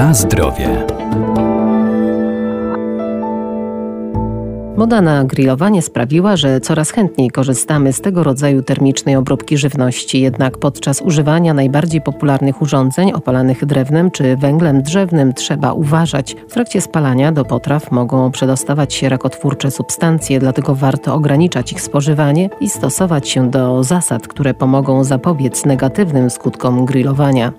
Na zdrowie. Moda na grillowanie sprawiła, że coraz chętniej korzystamy z tego rodzaju termicznej obróbki żywności. Jednak podczas używania najbardziej popularnych urządzeń opalanych drewnem czy węglem drzewnym trzeba uważać. W trakcie spalania do potraw mogą przedostawać się rakotwórcze substancje, dlatego warto ograniczać ich spożywanie i stosować się do zasad, które pomogą zapobiec negatywnym skutkom grillowania.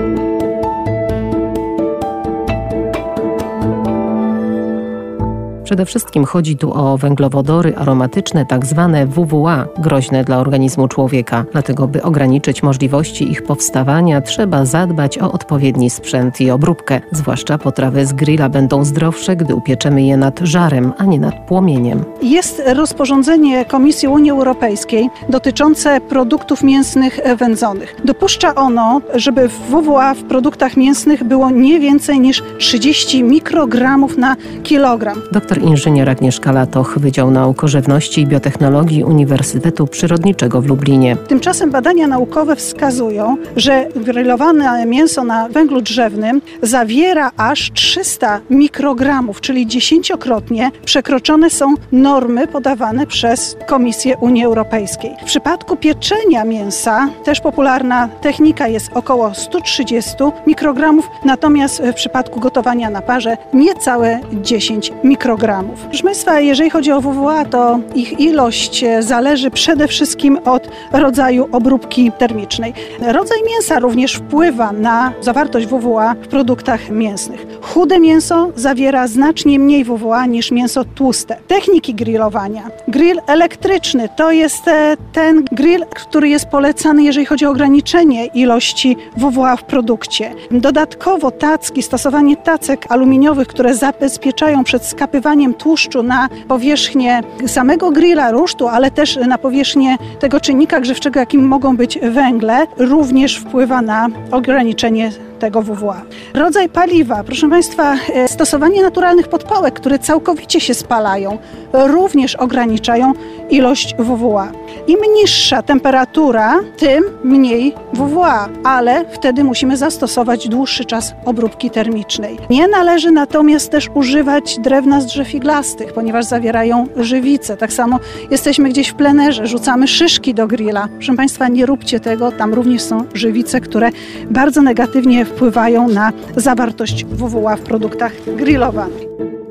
Przede wszystkim chodzi tu o węglowodory aromatyczne, tak zwane WWA, groźne dla organizmu człowieka. Dlatego, by ograniczyć możliwości ich powstawania, trzeba zadbać o odpowiedni sprzęt i obróbkę. Zwłaszcza potrawy z grilla będą zdrowsze, gdy upieczemy je nad żarem, a nie nad płomieniem. Jest rozporządzenie Komisji Unii Europejskiej dotyczące produktów mięsnych wędzonych. Dopuszcza ono, żeby WWA w produktach mięsnych było nie więcej niż 30 mikrogramów na kilogram. Dr inżynier Agnieszka Latoch, Wydział Nauk o Żywności i Biotechnologii Uniwersytetu Przyrodniczego w Lublinie. Tymczasem badania naukowe wskazują, że grillowane mięso na węglu drzewnym zawiera aż 300 mikrogramów, czyli 10-krotnie przekroczone są normy podawane przez Komisję Unii Europejskiej. W przypadku pieczenia mięsa też popularna technika jest około 130 mikrogramów, natomiast w przypadku gotowania na parze niecałe 10 mikrogramów. Proszę Państwa, jeżeli chodzi o WWA, to ich ilość zależy przede wszystkim od rodzaju obróbki termicznej. Rodzaj mięsa również wpływa na zawartość WWA w produktach mięsnych. Chude mięso zawiera znacznie mniej WWA niż mięso tłuste. Techniki grillowania. Grill elektryczny to jest ten grill, który jest polecany, jeżeli chodzi o ograniczenie ilości WWA w produkcie. Dodatkowo stosowanie tacek aluminiowych, które zabezpieczają przed skapywaniem tłuszczu na powierzchnię samego grilla, rusztu, ale też na powierzchnię tego czynnika grzewczego, jakim mogą być węgle, również wpływa na ograniczenie tego WWA. Rodzaj paliwa. Proszę Państwa, stosowanie naturalnych podpałek, które całkowicie się spalają, również ograniczają ilość WWA. Im niższa temperatura, tym mniej WWA, ale wtedy musimy zastosować dłuższy czas obróbki termicznej. Nie należy natomiast też używać drewna z drzew iglastych, ponieważ zawierają żywice. Tak samo jesteśmy gdzieś w plenerze, rzucamy szyszki do grilla. Proszę Państwa, nie róbcie tego, tam również są żywice, które bardzo negatywnie wpływają na zawartość WWA w produktach grillowanych.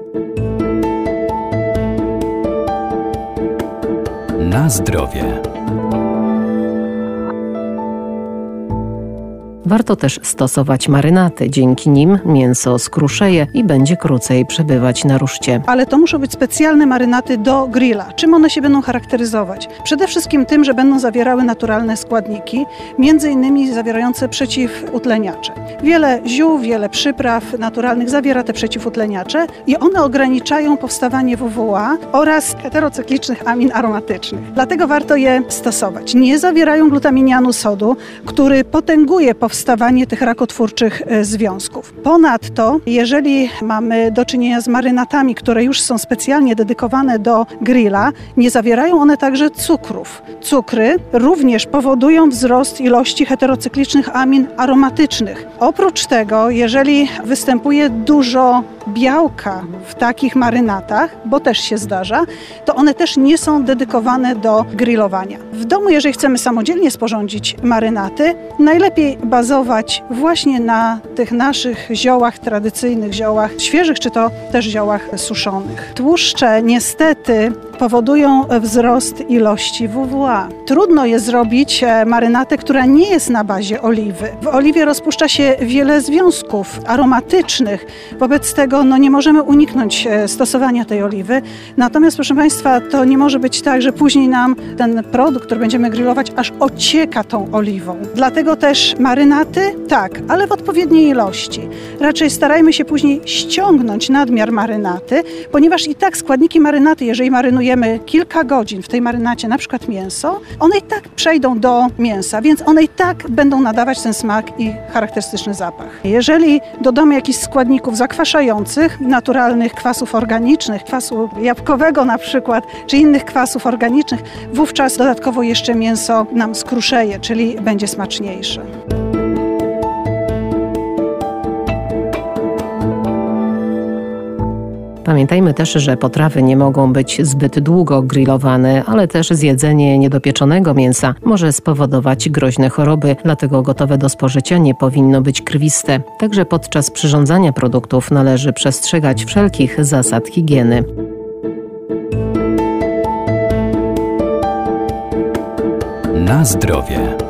Na zdrowie. Warto też stosować marynaty. Dzięki nim mięso skruszeje i będzie krócej przebywać na ruszcie. Ale to muszą być specjalne marynaty do grilla. Czym one się będą charakteryzować? Przede wszystkim tym, że będą zawierały naturalne składniki, między innymi zawierające przeciwutleniacze. Wiele ziół, wiele przypraw naturalnych zawiera te przeciwutleniacze i one ograniczają powstawanie WWA oraz heterocyklicznych amin aromatycznych. Dlatego warto je stosować. Nie zawierają glutaminianu sodu, który potęguje powstawanie tych rakotwórczych związków. Ponadto, jeżeli mamy do czynienia z marynatami, które już są specjalnie dedykowane do grilla, nie zawierają one także cukrów. Cukry również powodują wzrost ilości heterocyklicznych amin aromatycznych. Oprócz tego, jeżeli występuje dużo białka w takich marynatach, bo też się zdarza, to one też nie są dedykowane do grillowania. W domu, jeżeli chcemy samodzielnie sporządzić marynaty, najlepiej bazować właśnie na tych naszych ziołach tradycyjnych, ziołach świeżych, czy to też ziołach suszonych. Tłuszcze niestety powodują wzrost ilości WWA. Trudno jest zrobić marynatę, która nie jest na bazie oliwy. W oliwie rozpuszcza się wiele związków aromatycznych, wobec tego nie możemy uniknąć stosowania tej oliwy. Natomiast, proszę Państwa, to nie może być tak, że później nam ten produkt, który będziemy grillować, aż ocieka tą oliwą. Dlatego też marynaty, tak, ale w odpowiedniej ilości. Raczej starajmy się później ściągnąć nadmiar marynaty, ponieważ i tak składniki marynaty, jeżeli marynujemy kilka godzin w tej marynacie, na przykład mięso, one i tak przejdą do mięsa, więc one i tak będą nadawać ten smak i charakterystyczny zapach. Jeżeli dodamy jakichś składników zakwaszających, naturalnych kwasów organicznych, kwasu jabłkowego na przykład, czy innych kwasów organicznych, wówczas dodatkowo jeszcze mięso nam skruszeje, czyli będzie smaczniejsze. Pamiętajmy też, że potrawy nie mogą być zbyt długo grillowane, ale też zjedzenie niedopieczonego mięsa może spowodować groźne choroby, dlatego gotowe do spożycia nie powinno być krwiste. Także podczas przyrządzania produktów należy przestrzegać wszelkich zasad higieny. Na zdrowie.